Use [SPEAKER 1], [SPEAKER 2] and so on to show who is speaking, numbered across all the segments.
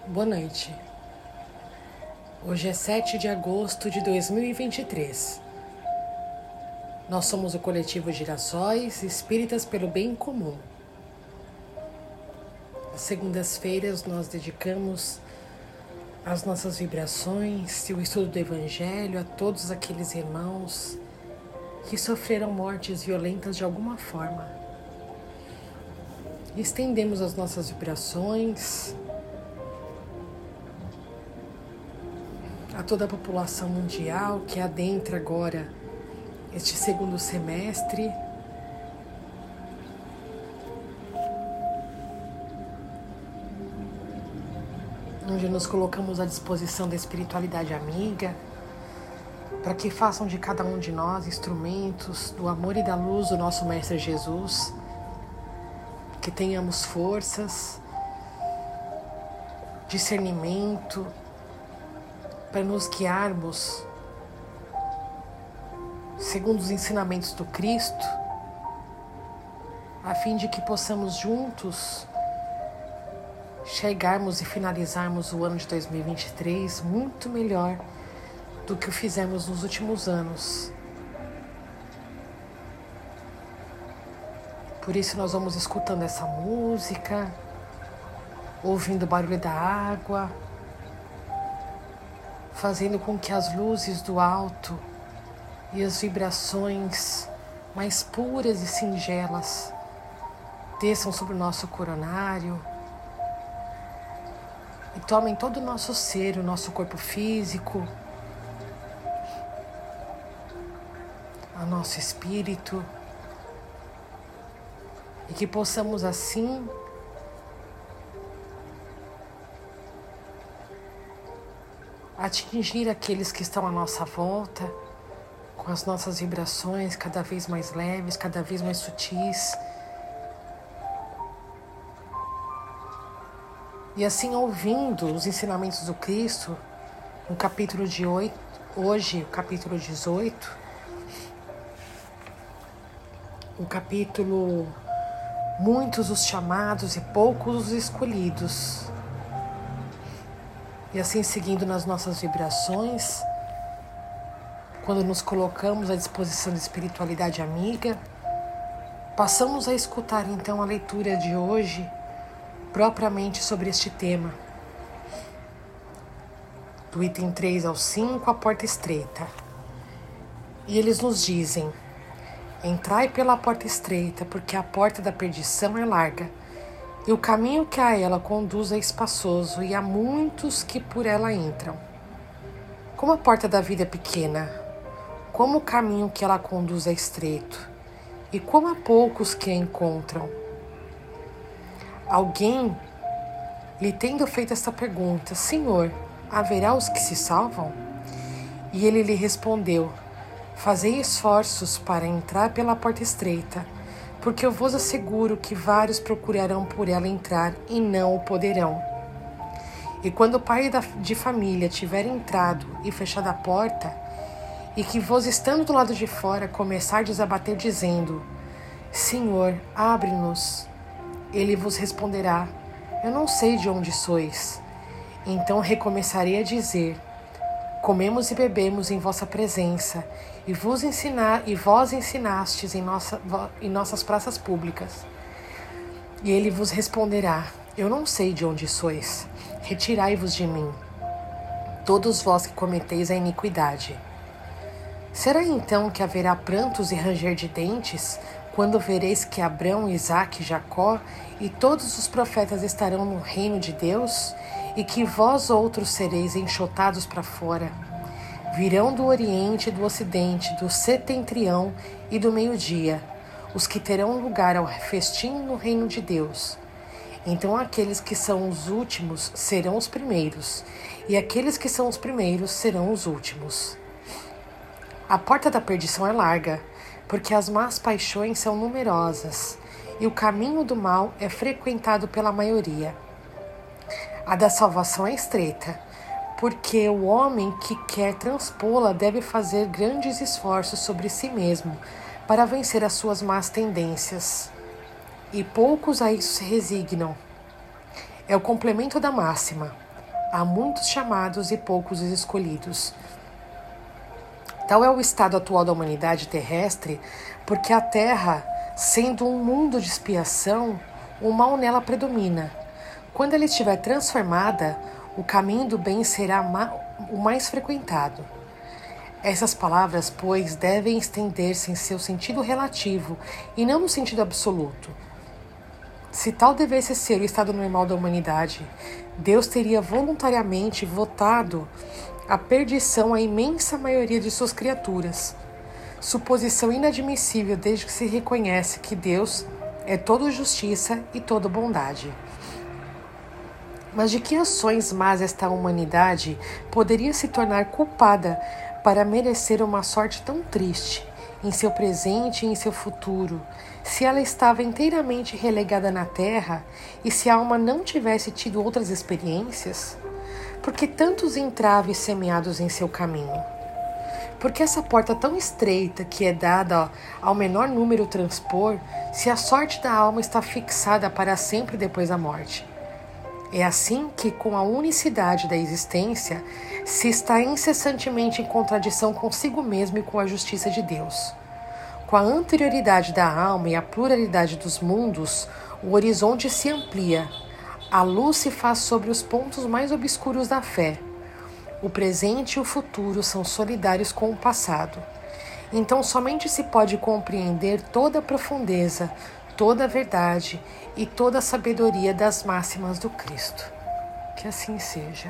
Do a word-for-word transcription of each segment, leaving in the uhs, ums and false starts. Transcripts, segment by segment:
[SPEAKER 1] Boa noite. Hoje é sete de agosto de dois mil e vinte e três. Nós somos o coletivo Girassóis Espíritas pelo Bem Comum. As segundas-feiras nós dedicamos as nossas vibrações e o estudo do Evangelho a todos aqueles irmãos que sofreram mortes violentas de alguma forma. Estendemos as nossas vibrações a toda a população mundial que adentra agora este segundo semestre, onde nos colocamos à disposição da espiritualidade amiga, para que façam de cada um de nós instrumentos do amor e da luz do nosso Mestre Jesus, que tenhamos forças, discernimento, para nos guiarmos segundo os ensinamentos do Cristo, a fim de que possamos juntos chegarmos e finalizarmos o ano de dois mil e vinte e três muito melhor do que o fizemos nos últimos anos. Por isso nós vamos escutando essa música, ouvindo o barulho da água, fazendo com que as luzes do alto e as vibrações mais puras e singelas desçam sobre o nosso coronário e tomem todo o nosso ser, o nosso corpo físico, o nosso espírito, e que possamos assim atingir aqueles que estão à nossa volta com as nossas vibrações cada vez mais leves, cada vez mais sutis. E assim, ouvindo os ensinamentos do Cristo, no capítulo de oito, hoje, o capítulo dezoito, o capítulo Muitos os chamados e poucos os escolhidos. E assim, seguindo nas nossas vibrações, quando nos colocamos à disposição da espiritualidade amiga, passamos a escutar então a leitura de hoje, propriamente sobre este tema. Do item três ao cinco, a porta estreita. E eles nos dizem: entrai pela porta estreita, porque a porta da perdição é larga, e o caminho que a ela conduz é espaçoso, e há muitos que por ela entram. Como a porta da vida é pequena, como o caminho que ela conduz é estreito, e como há poucos que a encontram. Alguém lhe tendo feito esta pergunta: Senhor, haverá os que se salvam? E ele lhe respondeu: fazei esforços para entrar pela porta estreita, porque eu vos asseguro que vários procurarão por ela entrar e não o poderão. E quando o pai de família tiver entrado e fechado a porta, e que vos, estando do lado de fora, começardes a bater dizendo: Senhor, abre-nos, ele vos responderá: eu não sei de onde sois. Então recomeçarei a dizer: comemos e bebemos em vossa presença, e vos ensinar, e vós ensinastes em, nossa, em nossas praças públicas. E ele vos responderá: eu não sei de onde sois, retirai-vos de mim, todos vós que cometeis a iniquidade. Será então que haverá prantos e ranger de dentes, quando vereis que Abrão, Isaque, Jacó e todos os profetas estarão no reino de Deus, e que vós outros sereis enxotados para fora? Virão do Oriente e do Ocidente, do setentrião e do meio-dia, os que terão lugar ao festim no reino de Deus. Então aqueles que são os últimos serão os primeiros, e aqueles que são os primeiros serão os últimos. A porta da perdição é larga, porque as más paixões são numerosas, e o caminho do mal é frequentado pela maioria. A da salvação é estreita, porque o homem que quer transpô-la deve fazer grandes esforços sobre si mesmo para vencer as suas más tendências, e poucos a isso se resignam. É o complemento da máxima: Há muitos chamados e poucos escolhidos. Tal é o estado atual da humanidade terrestre, porque a Terra, sendo um mundo de expiação, o mal nela predomina. Quando ela estiver transformada, o caminho do bem será o mais frequentado. Essas palavras, pois, devem estender-se em seu sentido relativo e não no sentido absoluto. Se tal devesse ser o estado normal da humanidade, Deus teria voluntariamente votado a perdição à imensa maioria de suas criaturas. Suposição inadmissível desde que se reconhece que Deus é toda justiça e toda bondade. Mas de que ações más esta humanidade poderia se tornar culpada para merecer uma sorte tão triste, em seu presente e em seu futuro, se ela estava inteiramente relegada na terra e se a alma não tivesse tido outras experiências? Por que tantos entraves semeados em seu caminho? Por que essa porta tão estreita que é dada ao menor número transpor, se a sorte da alma está fixada para sempre depois da morte? É assim que, com a unicidade da existência, se está incessantemente em contradição consigo mesmo e com a justiça de Deus. Com a anterioridade da alma e a pluralidade dos mundos, o horizonte se amplia. A luz se faz sobre os pontos mais obscuros da fé. O presente e o futuro são solidários com o passado. Então somente se pode compreender toda a profundeza, toda a verdade e toda a sabedoria das máximas do Cristo. Que assim seja.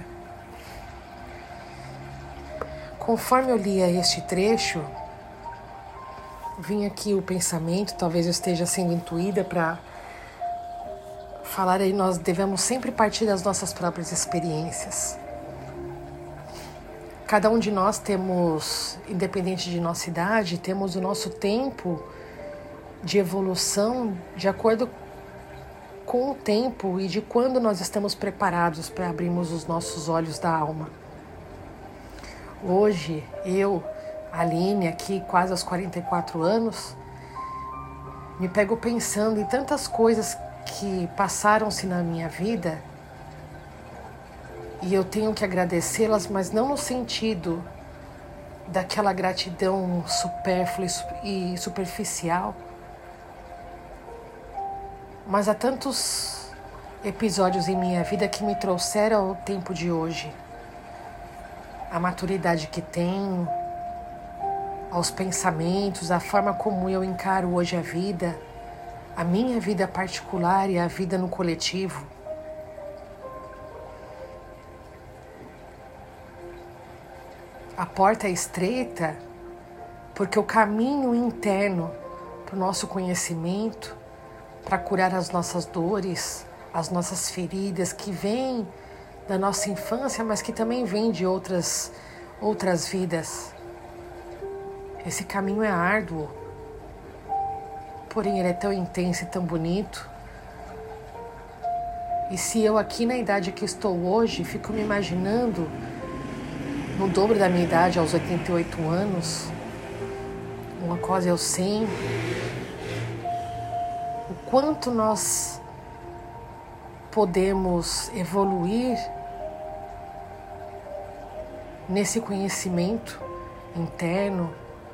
[SPEAKER 1] Conforme eu lia este trecho, vinha aqui o pensamento, talvez eu esteja sendo intuída para falar aí, nós devemos sempre partir das nossas próprias experiências. Cada um de nós temos, independente de nossa idade, temos o nosso tempo de evolução de acordo com o tempo e de quando nós estamos preparados para abrirmos os nossos olhos da alma. Hoje, eu, Aline, aqui quase aos quarenta e quatro anos, me pego pensando em tantas coisas que passaram-se na minha vida e eu tenho que agradecê-las, mas não no sentido daquela gratidão supérflua e superficial, mas há tantos episódios em minha vida que me trouxeram ao tempo de hoje, a maturidade que tenho, aos pensamentos, a forma como eu encaro hoje a vida, a minha vida particular e a vida no coletivo. A porta é estreita porque o caminho interno para o nosso conhecimento, para curar as nossas dores, as nossas feridas que vêm da nossa infância, mas que também vêm de outras, outras vidas. Esse caminho é árduo, porém ele é tão intenso e tão bonito. E se eu aqui na idade que estou hoje, fico me imaginando no dobro da minha idade, aos oitenta e oito anos, uma coisa eu sei, o quanto nós podemos evoluir nesse conhecimento interno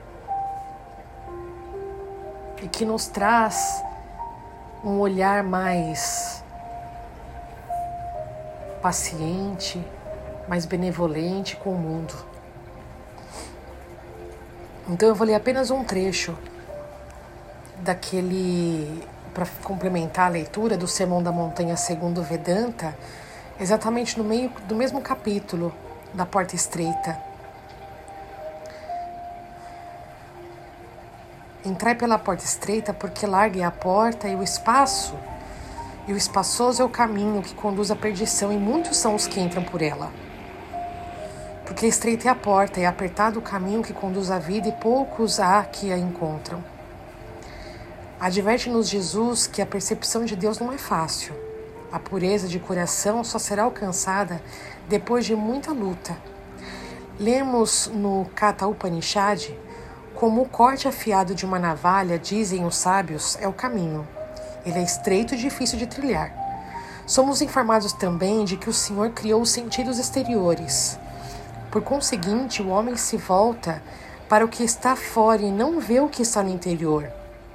[SPEAKER 1] e que nos traz um olhar mais paciente, mais benevolente com o mundo. Então eu vou ler apenas um trecho daquele, para complementar a leitura do Sermão da Montanha segundo Vedanta, exatamente no meio do mesmo capítulo da Porta Estreita. Entrai pela porta estreita, porque larga é a porta e o espaço, e o espaçoso é o caminho que conduz à perdição, e muitos são os que entram por ela. Porque estreita é a porta, e apertado o caminho que conduz à vida, e poucos há que a encontram. Adverte-nos Jesus que a percepção de Deus não é fácil. A pureza de coração só será alcançada depois de muita luta. Lemos no Katha Upanishad: como o corte afiado de uma navalha, dizem os sábios, é o caminho. Ele é estreito e difícil de trilhar. Somos informados também de que o Senhor criou os sentidos exteriores. Por conseguinte, o homem se volta para o que está fora e não vê o que está no interior.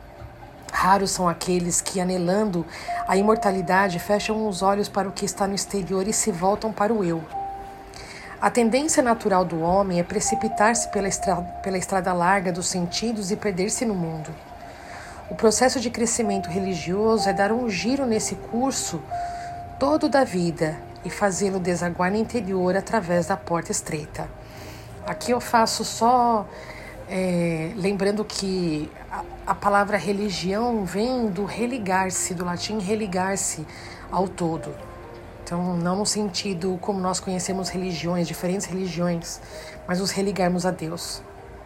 [SPEAKER 1] Raros são aqueles que, anelando a imortalidade, fecham os olhos para o que está no exterior e se voltam para o eu. A tendência natural do homem é precipitar-se pela estrada, pela estrada larga dos sentidos e perder-se no mundo. O processo de crescimento religioso é dar um giro nesse curso todo da vida e fazê-lo desaguar no interior através da porta estreita. Aqui eu faço só é, lembrando que a, a palavra religião vem do religar-se, do latim religar-se ao todo. Então, não no sentido como nós conhecemos religiões, diferentes religiões, mas nos religarmos a Deus.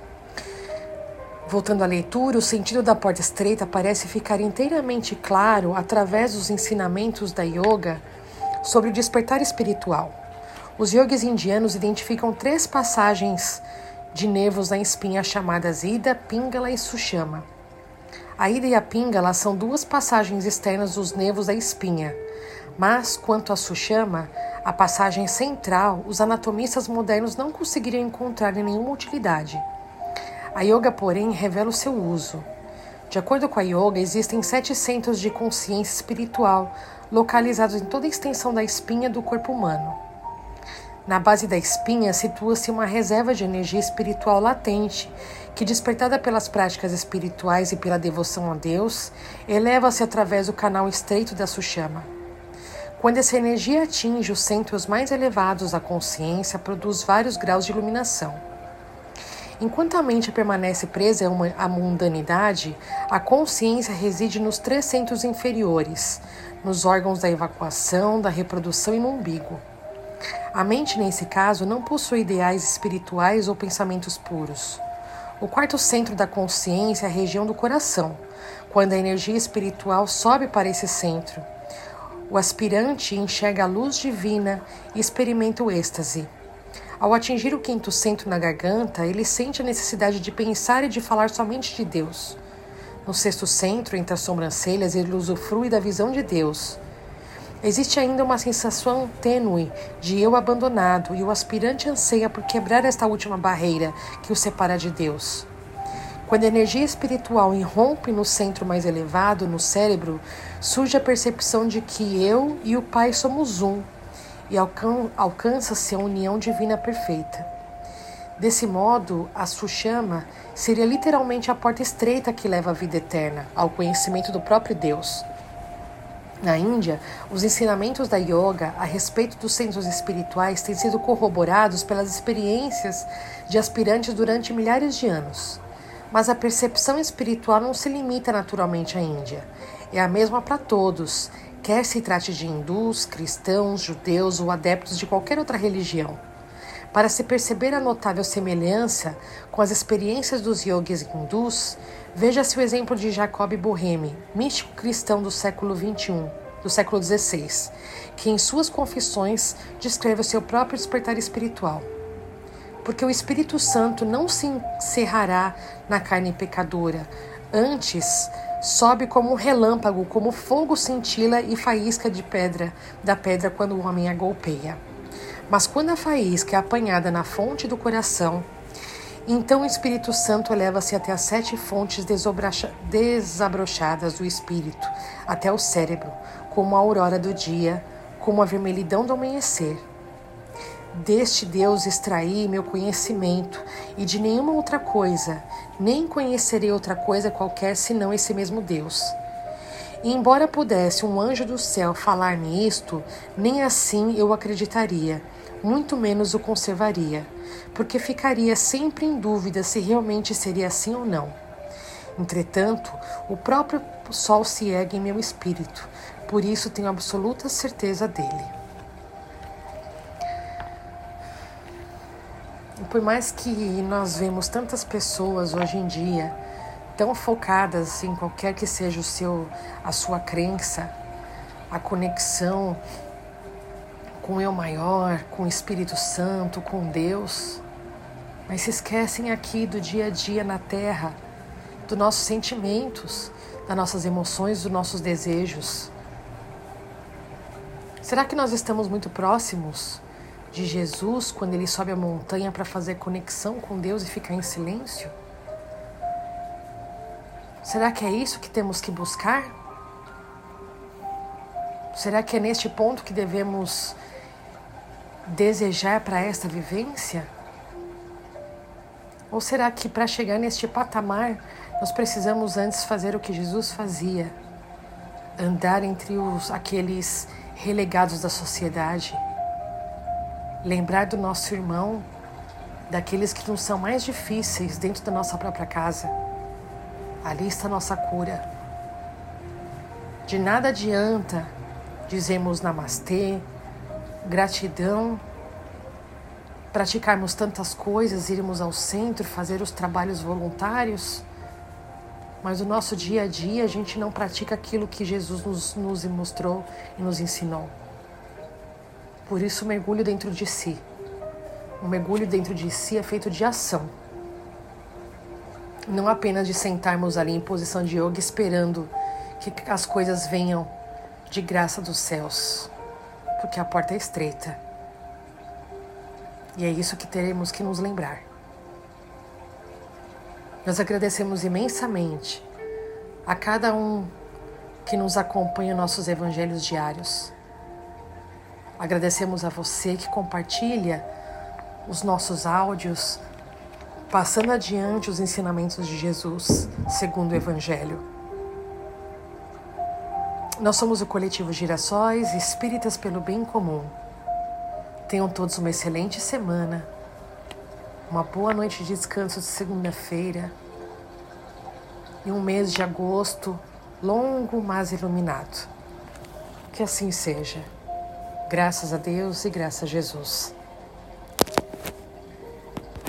[SPEAKER 1] Voltando à leitura, o sentido da porta estreita parece ficar inteiramente claro através dos ensinamentos da yoga sobre o despertar espiritual. Os yogis indianos identificam três passagens de nervos na espinha chamadas Ida, Pingala e Sushama. A Ida e a Pingala são duas passagens externas dos nervos da espinha, mas quanto a Sushama, a passagem central, os anatomistas modernos não conseguiram encontrar nenhuma utilidade. A yoga, porém, revela o seu uso. De acordo com a yoga, existem sete centros de consciência espiritual localizados em toda a extensão da espinha do corpo humano. Na base da espinha situa-se uma reserva de energia espiritual latente que, despertada pelas práticas espirituais e pela devoção a Deus, eleva-se através do canal estreito da Sushama. Quando essa energia atinge os centros mais elevados da consciência, produz vários graus de iluminação. Enquanto a mente permanece presa à mundanidade, a consciência reside nos três centros inferiores, nos órgãos da evacuação, da reprodução e no umbigo. A mente, nesse caso, não possui ideais espirituais ou pensamentos puros. O quarto centro da consciência é a região do coração, quando a energia espiritual sobe para esse centro. O aspirante enxerga a luz divina e experimenta o êxtase. Ao atingir o quinto centro na garganta, ele sente a necessidade de pensar e de falar somente de Deus. No sexto centro, entre as sobrancelhas, ele usufrui da visão de Deus. Existe ainda uma sensação tênue de eu abandonado e o aspirante anseia por quebrar esta última barreira que o separa de Deus. Quando a energia espiritual irrompe no centro mais elevado, no cérebro, surge a percepção de que eu e o Pai somos um, e alcança-se a união divina perfeita. Desse modo, a Sushama seria literalmente a porta estreita que leva à vida eterna, ao conhecimento do próprio Deus. Na Índia, os ensinamentos da yoga a respeito dos centros espirituais têm sido corroborados pelas experiências de aspirantes durante milhares de anos. Mas a percepção espiritual não se limita naturalmente à Índia. É a mesma para todos, quer se trate de hindus, cristãos, judeus ou adeptos de qualquer outra religião. Para se perceber a notável semelhança com as experiências dos yogis hindus, veja-se o exemplo de Jacob Boehme, místico cristão do século vinte e um, do século dezesseis, que em suas confissões descreve o seu próprio despertar espiritual. Porque o Espírito Santo não se encerrará na carne pecadora, antes sobe como um relâmpago, como fogo cintila e faísca de pedra, da pedra quando o homem a golpeia. Mas quando a faísca é apanhada na fonte do coração, então o Espírito Santo eleva-se até as sete fontes desabrochadas do Espírito, até o cérebro, como a aurora do dia, como a vermelhidão do amanhecer. Deste Deus extraí meu conhecimento, e de nenhuma outra coisa, nem conhecerei outra coisa qualquer senão esse mesmo Deus. E embora pudesse um anjo do céu falar-me isto, nem assim eu acreditaria, muito menos o conservaria, porque ficaria sempre em dúvida se realmente seria assim ou não. Entretanto, o próprio sol se ergue em meu espírito, por isso tenho absoluta certeza dele. Por mais que nós vemos tantas pessoas hoje em dia tão focadas em qualquer que seja o seu, a sua crença, a conexão com o eu maior, com o Espírito Santo, com Deus, mas se esquecem aqui do dia a dia na Terra, dos nossos sentimentos, das nossas emoções, dos nossos desejos. Será que nós estamos muito próximos de Jesus quando ele sobe a montanha para fazer conexão com Deus e ficar em silêncio? Será que é isso que temos que buscar? Será que é neste ponto que devemos desejar para esta vivência? Ou será que para chegar neste patamar nós precisamos antes fazer o que Jesus fazia? Andar entre os, aqueles relegados da sociedade, lembrar do nosso irmão, daqueles que nos são mais difíceis dentro da nossa própria casa. Ali está a nossa cura. De nada adianta dizermos namastê, gratidão, praticarmos tantas coisas, irmos ao centro, fazer os trabalhos voluntários, mas no nosso dia a dia a gente não pratica aquilo que Jesus nos, nos mostrou e nos ensinou. Por isso, o mergulho dentro de si. O mergulho dentro de si é feito de ação. Não apenas de sentarmos ali em posição de yoga esperando que as coisas venham de graça dos céus, porque a porta é estreita. E é isso que teremos que nos lembrar. Nós agradecemos imensamente a cada um que nos acompanha em nossos evangelhos diários. Agradecemos a você que compartilha os nossos áudios, passando adiante os ensinamentos de Jesus, segundo o Evangelho. Nós somos o Coletivo Girassóis, Espíritas pelo Bem Comum. Tenham todos uma excelente semana. Uma boa noite de descanso de segunda-feira e um mês de agosto longo, mas iluminado. Que assim seja. Graças a Deus e graças a Jesus.